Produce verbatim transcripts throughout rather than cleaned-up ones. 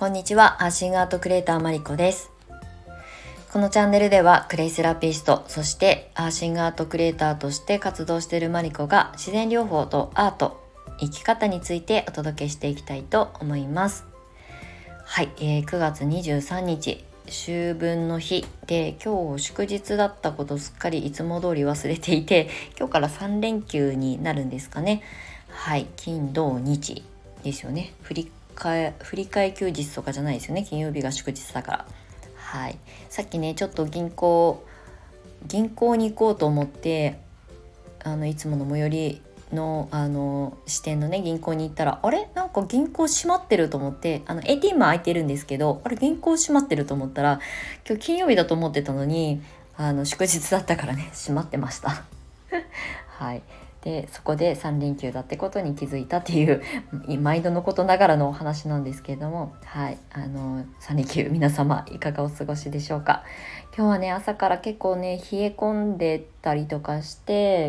こんにちは、アーシングアートクリエイターマリコです。このチャンネルではクレイセラピスト、そしてアーシングアートクリエイターとして活動しているマリコが自然療法とアート、生き方についてお届けしていきたいと思います。はい、えー、くがつにじゅうさんにち秋分の日で、今日祝日だったことすっかりいつも通り忘れていて、今日からさんれんきゅうになるんですかね。はい、金土日ですよね。振り替え振り替え休日とかじゃないですよね。金曜日が祝日だから。はい、さっきねちょっと銀行銀行に行こうと思って、あのいつもの最寄りのあの支店のね銀行に行ったら、あれなんか銀行閉まってると思って、あの エーティーエム 開いてるんですけど、あれ銀行閉まってると思ったら、今日金曜日だと思ってたのに、あの祝日だったからね閉まってましたはい、でそこでさんれんきゅうだってことに気づいたっていう毎度のことながらのお話なんですけれども、はい、あのさんれんきゅう皆様いかがお過ごしでしょうか。今日はね朝から結構ね冷え込んでたりとかして、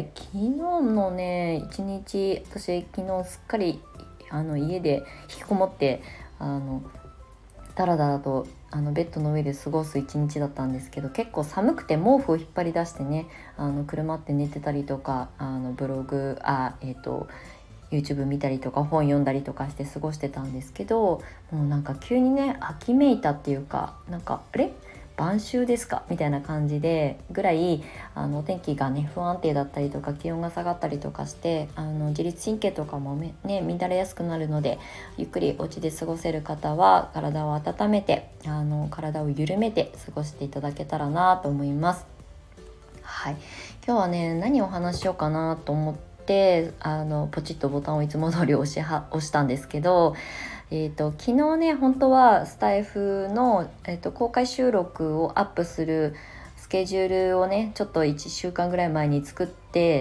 昨日のね一日私昨日すっかりあの家で引きこもってあのだらだらとあのベッドの上で過ごす一日だったんですけど、結構寒くて毛布を引っ張り出してね、あの車って寝てたりとか、あのブログあえっ、ー、と YouTube 見たりとか本読んだりとかして過ごしてたんですけど、もうなんか急にね秋めいたっていうか、なんかあれ晩秋ですかみたいな感じでぐらい、あのお天気がね不安定だったりとか気温が下がったりとかして、あの自律神経とかもね乱れやすくなるので、ゆっくりお家で過ごせる方は体を温めて、あの体を緩めて過ごしていただけたらなと思います。はい、今日はね何を話しようかなと思ってあのポチッとボタンをいつも通り押しは押したんですけど、えーと、昨日ね本当はスタイフの、えーと、公開収録をアップするスケジュールをねちょっといっしゅうかんぐらい前に作って、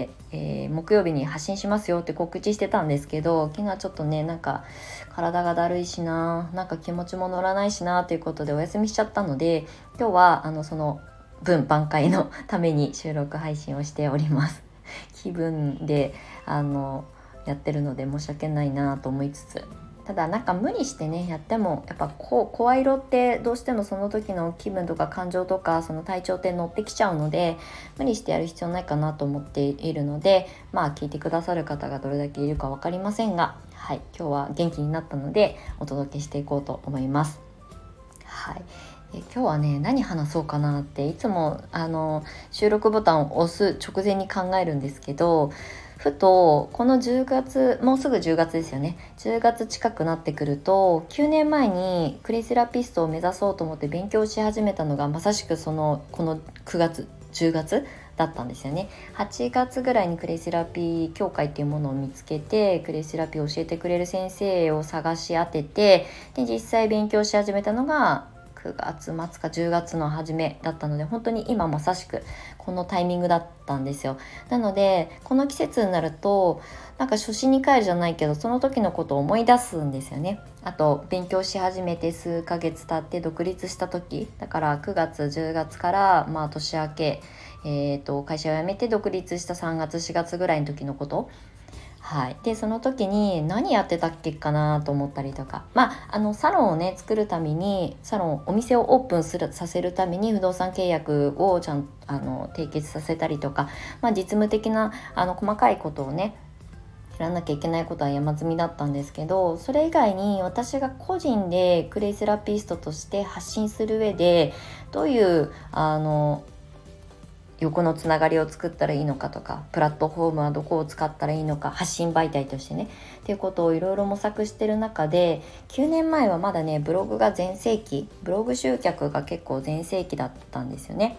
えー、木曜日に発信しますよって告知してたんですけど、昨日はちょっとねなんか体がだるいしな、なんか気持ちも乗らないしなということでお休みしちゃったので、今日はあのその分挽回のために収録配信をしております。気分であのやってるので申し訳ないなと思いつつ、ただなんか無理してねやってもやっぱこう声色ってどうしてもその時の気分とか感情とかその体調って乗ってきちゃうので、無理してやる必要ないかなと思っているので、まあ聞いてくださる方がどれだけいるか分かりませんが、はい、今日は元気になったのでお届けしていこうと思います。はい、今日はね何話そうかなっていつもあの収録ボタンを押す直前に考えるんですけど、ふとこのじゅうがつ、もうすぐじゅうがつですよね。じゅうがつ近くなってくると、きゅうねんまえにクレイセラピストを目指そうと思って勉強し始めたのがまさしくそのこのくがつじゅうがつだったんですよね。はちがつぐらいにクレイセラピー協会っていうものを見つけて、クレイセラピーを教えてくれる先生を探し当てて、で実際勉強し始めたのがくがつまつかじゅうがつの初めだったので、本当に今まさしくこのタイミングだったんですよ。なのでこの季節になるとなんか初心に帰るじゃないけど、その時のことを思い出すんですよね。あと勉強し始めて数ヶ月経って独立した時だからくがつじゅうがつから、まあ、年明け、えーと、会社を辞めて独立したさんがつしがつぐらいの時のこと、はい、でその時に何やってたっけかなと思ったりとか、まあ、あのサロンをね作るために、サロンお店をオープンするさせるために不動産契約をちゃんあの締結させたりとか、まあ、実務的なあの細かいことをねやらなきゃいけないことは山積みだったんですけど、それ以外に私が個人でクレイセラピストとして発信する上でどういうあの横のつながりを作ったらいいのかとか、プラットフォームはどこを使ったらいいのか、発信媒体としてねっていうことをいろいろ模索してる中で、きゅうねんまえはまだねブログが全盛期、ブログ集客が結構全盛期だったんですよね。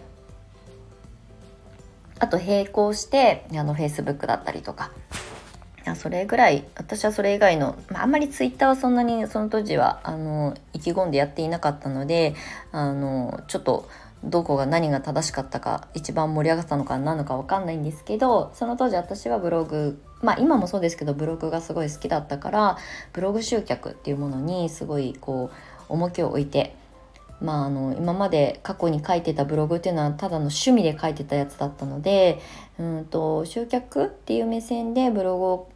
あと並行してあの Facebook だったりとか、それぐらい、私はそれ以外の、まあ、あんまりツイッターはそんなにその当時はあの意気込んでやっていなかったので、あのちょっとどこが何が正しかったか、一番盛り上がったのか何のか分かんないんですけど、その当時私はブログ、まあ今もそうですけどブログがすごい好きだったから、ブログ集客っていうものにすごいこう重きを置いて、まあ、あの今まで過去に書いてたブログっていうのはただの趣味で書いてたやつだったので、うんと集客っていう目線でブログを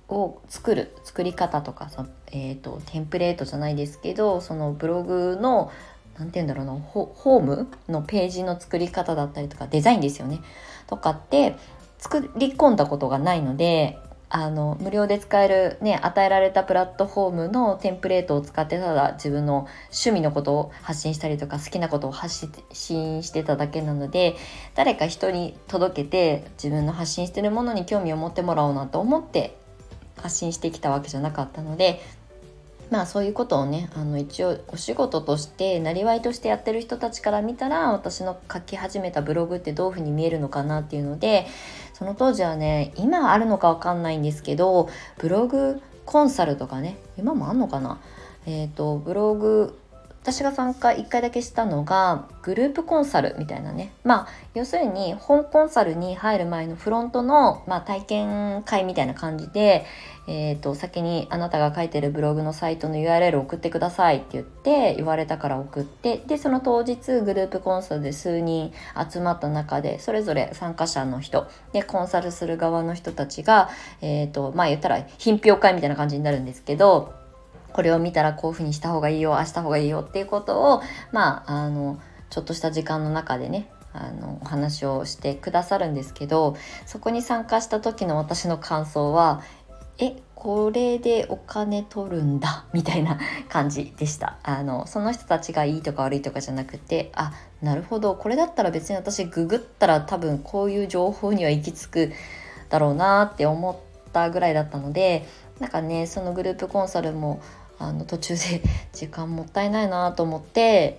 を作る作り方とかその、えーと、テンプレートじゃないですけど、そのブログのなんて言うんだろうな、ホームのページの作り方だったりとかデザインですよねとかって作り込んだことがないので、あの無料で使えるね、与えられたプラットフォームのテンプレートを使ってただ自分の趣味のことを発信したりとか好きなことを発信してただけなので、誰か人に届けて自分の発信してるものに興味を持ってもらおうなと思って発信してきたわけじゃなかったので、まあそういうことをね、あの一応お仕事としてなりわいとしてやってる人たちから見たら、私の書き始めたブログってどういうふうに見えるのかなっていうので、その当時はね、今あるのかわかんないんですけど、ブログコンサルとかね、今もあんのかな、えっとブログ私が参加いっかいだけしたのがグループコンサルみたいなね、まあ要するに本コンサルに入る前のフロントの、まあ、体験会みたいな感じで、えーと、先にあなたが書いてるブログのサイトの ユーアールエル 送ってくださいって言って言われたから送って、でその当日グループコンサルで数人集まった中で、それぞれ参加者の人でコンサルする側の人たちが、えーとまあ言ったら品評会みたいな感じになるんですけど、これを見たらこういう風にした方がいいよ、ああした方がいいよっていうことを、まああのちょっとした時間の中でね、あのお話をしてくださるんですけど、そこに参加した時の私の感想は、えこれでお金取るんだみたいな感じでした。あのその人たちがいいとか悪いとかじゃなくて、あ、なるほど、これだったら別に私ググったら多分こういう情報には行き着くだろうなって思ったぐらいだったので、なんかね、そのグループコンサルもあの途中で時間もったいないなと思って、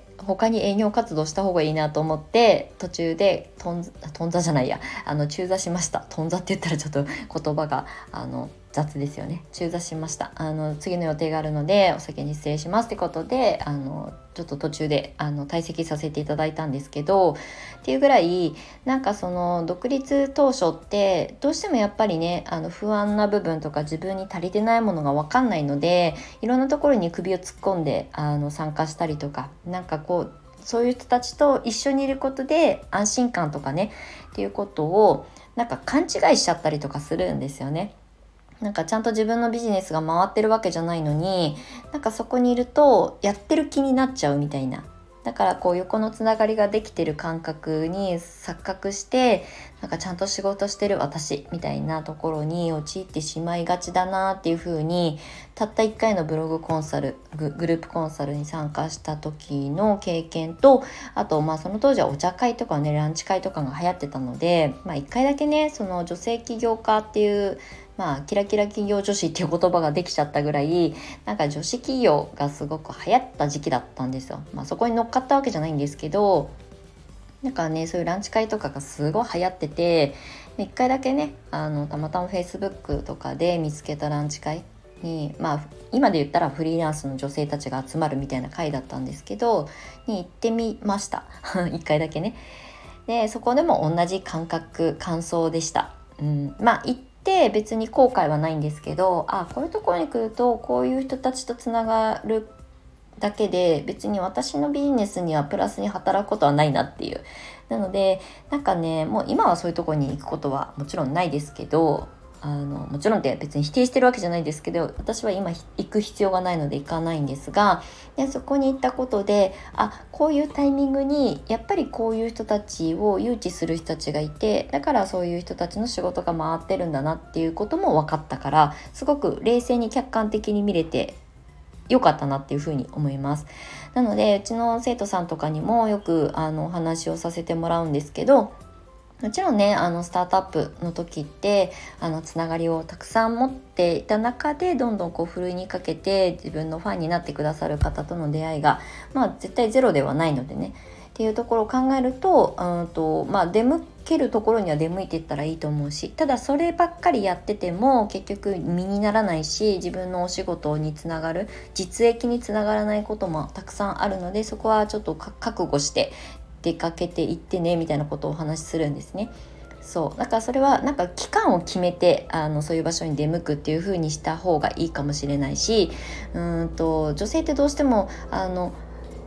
他に営業活動した方がいいなと思って途中でとんとんざじゃないやあの中座しました。とんざって言ったらちょっと言葉があの雑ですよね。中座しました。あの次の予定があるのでお先に失礼しますってことで、あのちょっと途中であの退席させていただいたんですけど、っていうぐらいなんかその独立当初ってどうしてもやっぱりね、あの不安な部分とか自分に足りてないものが分かんないので、いろんなところに首を突っ込んであの参加したりとか、なんかこうそういう人たちと一緒にいることで安心感とかねっていうことをなんか勘違いしちゃったりとかするんですよね。なんかちゃんと自分のビジネスが回ってるわけじゃないのに、なんかそこにいるとやってる気になっちゃうみたいな。だからこう横のつながりができてる感覚に錯覚して、なんかちゃんと仕事してる私みたいなところに陥ってしまいがちだなっていう風に、たったいっかいのブログコンサル グ, グループコンサルに参加した時の経験と、あとまあその当時はお茶会とかね、ランチ会とかが流行ってたので、まあいっかいだけね、その女性起業家っていうまあキラキラ企業女子っていう言葉ができちゃったぐらい、なんか女子企業がすごく流行った時期だったんですよ。まあそこに乗っかったわけじゃないんですけど、なんかね、そういうランチ会とかがすごい流行ってて、いっかいだけね、あのたまたま Facebook とかで見つけたランチ会に、まあ今で言ったらフリーランスの女性たちが集まるみたいな会だったんですけど、に行ってみましたいっかいだけね。でそこでも同じ感覚感想でした。うん、まあ行って別に後悔はないんですけど、あ、こういうところに来るとこういう人たちとつながるだけで別に私のビジネスにはプラスに働くことはないなっていう。なのでなんかね、もう今はそういうところに行くことはもちろんないですけど、あのもちろんって別に否定してるわけじゃないですけど、私は今行く必要がないので行かないんですが、でそこに行ったことで、あ、こういうタイミングにやっぱりこういう人たちを誘致する人たちがいて、だからそういう人たちの仕事が回ってるんだなっていうことも分かったから、すごく冷静に客観的に見れて良かったなっていうふうに思います。なのでうちの生徒さんとかにもよくあのお話をさせてもらうんですけど、もちろんね、あのスタートアップの時ってあのつながりをたくさん持っていた中で、どんどんこうふるいにかけて自分のファンになってくださる方との出会いが、まあ、絶対ゼロではないのでねっていうところを考えると、うんとまあ、出向けるところには出向いていったらいいと思うし、ただそればっかりやってても結局身にならないし、自分のお仕事につながる実益につながらないこともたくさんあるので、そこはちょっと覚悟して出かけていってねみたいなことをお話しするんですね。そうだからそれはなんか期間を決めてあのそういう場所に出向くっていう風にした方がいいかもしれないし、うーんと女性ってどうしてもあの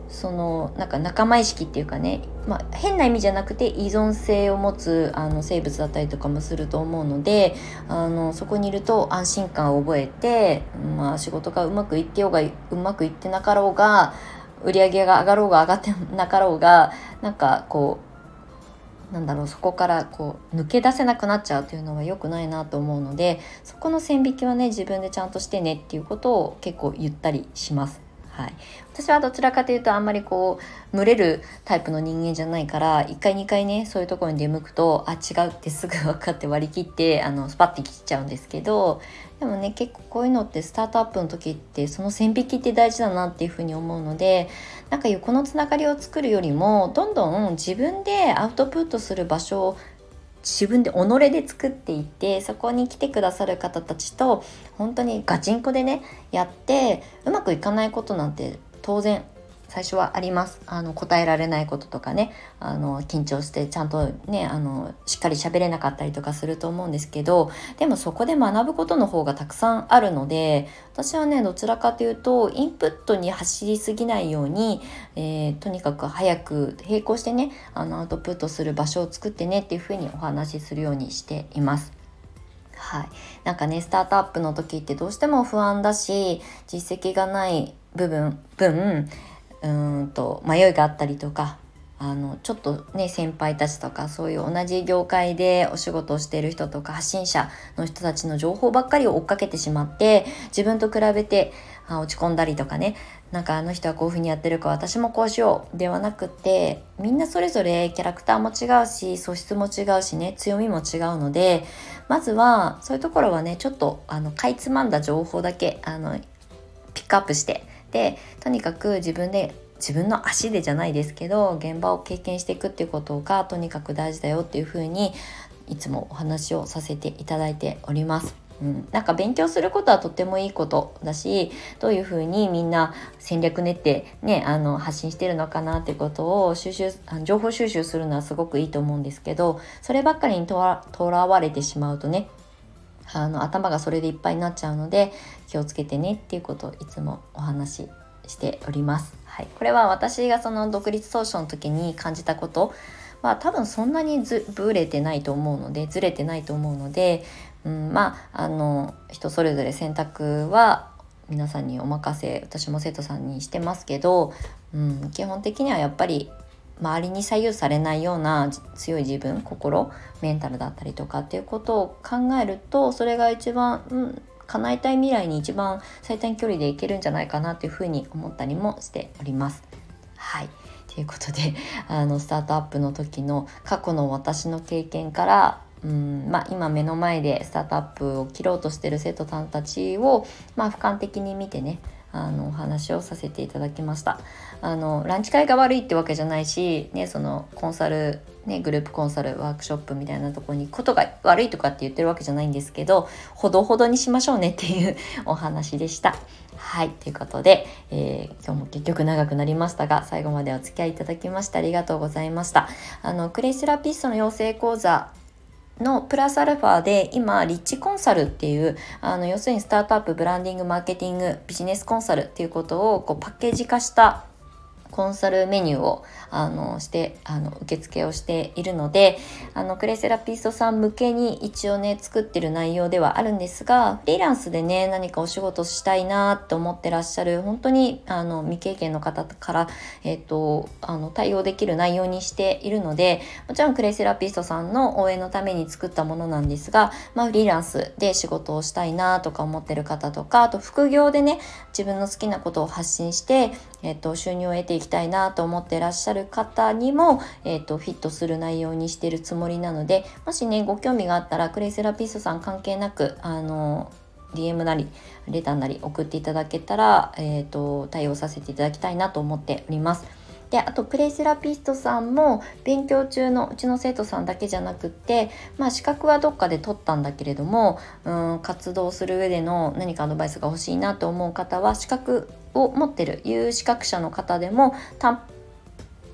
そのなんか仲間意識っていうかね、まあ、変な意味じゃなくて依存性を持つあの生物だったりとかもすると思うので、あのそこにいると安心感を覚えて、まあ、仕事がうまくいってようがうまくいってなかろうが、売り上げが上がろうが上がってなかろうが、なんかこうなんだろう、そこからこう抜け出せなくなっちゃうというのは良くないなと思うので、そこの線引きはね自分でちゃんとしてねっていうことを結構言ったりします。はい、私はどちらかというとあんまりこう群れるタイプの人間じゃないから、いっかいにかいねそういうところに出向くとあ違うってすぐ分かって割り切ってあのスパッて切っちゃうんですけど、でもね結構こういうのってスタートアップの時ってその線引きって大事だなっていうふうに思うので、なんか横のつながりを作るよりもどんどん自分でアウトプットする場所を自分で己で作っていって、そこに来てくださる方たちと本当にガチンコでねやって、うまくいかないことなんて当然最初はあります。あの答えられないこととかね、あの緊張してちゃんとねあのしっかり喋れなかったりとかすると思うんですけど、でもそこで学ぶことの方がたくさんあるので、私はねどちらかというとインプットに走りすぎないように、えー、とにかく早く並行してねあのアウトプットする場所を作ってねっていうふうにお話しするようにしています。はい、なんかねスタートアップの時ってどうしても不安だし、実績がない部分分うーんと迷いがあったりとか、あのちょっとね先輩たちとかそういう同じ業界でお仕事をしている人とか発信者の人たちの情報ばっかりを追っかけてしまって、自分と比べてあ落ち込んだりとかね、なんかあの人はこういう風にやってるから私もこうしようではなくて、みんなそれぞれキャラクターも違うし素質も違うしね強みも違うので、まずはそういうところはねちょっとあのかいつまんだ情報だけあのピックアップして、でとにかく自分で自分の足でじゃないですけど現場を経験していくっていうことがとにかく大事だよっていうふうにいつもお話をさせていただいております。うん、なんか勉強することはとってもいいことだし、どういうふうにみんな戦略練ってねあの発信してるのかなってことを収集あの情報収集するのはすごくいいと思うんですけど、そればっかりにとら、とらわれてしまうとねあの頭がそれでいっぱいになっちゃうので気をつけてねっていうことをいつもお話ししております。はい、これは私がその独立当初の時に感じたことは多分そんなにずぶれてないと思うのでずれてないと思うので、うん、まああの人それぞれ選択は皆さんにお任せ、私も生徒さんにしてますけど、うん、基本的にはやっぱり周りに左右されないような強い自分、心、メンタルだったりとかっていうことを考えると、それが一番、うん、叶えたい未来に一番最短距離でいけるんじゃないかなというふうに思ったりもしております。はい、ということであのスタートアップの時の過去の私の経験から、うんまあ、今目の前でスタートアップを切ろうとしている生徒さんたちを、まあ、俯瞰的に見てねあのお話をさせていただきました。あのランチ会が悪いってわけじゃないし、ね、そのコンサル、ね、グループコンサルワークショップみたいなところに行くことが悪いとかって言ってるわけじゃないんですけど、ほどほどにしましょうねっていうお話でした。はい、ということで、えー、今日も結局長くなりましたが最後までお付き合いいただきましてありがとうございました。あのクレイセラピストの養成講座のプラスアルファで今リッチコンサルっていうあの要するにスタートアップブランディングマーケティングビジネスコンサルっていうことをこうパッケージ化したコンサルメニューをあのしてあの受付をしているので、あのクレイセラピストさん向けに一応ね作ってる内容ではあるんですが、フリーランスでね何かお仕事したいなって思ってらっしゃる本当にあの未経験の方から、えー、とあの対応できる内容にしているので、もちろんクレイセラピストさんの応援のために作ったものなんですが、まあ、フリーランスで仕事をしたいなとか思ってる方とか、あと副業でね自分の好きなことを発信して、えー、と収入を得ていきたいなと思ってらっしゃる方にも、えー、とフィットする内容にしているつもりなので、もしねご興味があったらクレイセラピストさん関係なくあの ディーエム なりレターなり送っていただけたら、えー、と対応させていただきたいなと思っております。であとクレイセラピストさんも勉強中のうちの生徒さんだけじゃなくって、まあ、資格はどっかで取ったんだけれども、うん活動する上での何かアドバイスが欲しいなと思う方は資格を持ってる有資格者の方でも単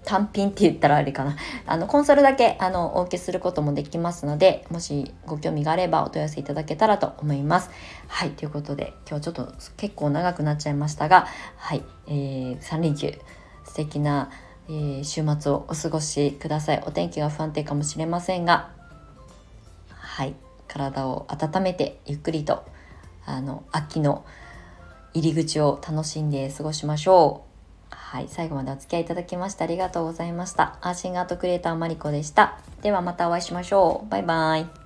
単品って言ったらあれかな、あのコンサルだけあのお受けすることもできますので、もしご興味があればお問い合わせいただけたらと思います。はい、ということで今日ちょっと結構長くなっちゃいましたが、はい、えー、さん連休素敵な、えー、週末をお過ごしください。お天気が不安定かもしれませんが、はい、体を温めてゆっくりとあの秋の入り口を楽しんで過ごしましょう。はい、最後までお付き合いいただきましてありがとうございました。アーシングアートクリエイターマリコでした。ではまたお会いしましょう。バイバイ。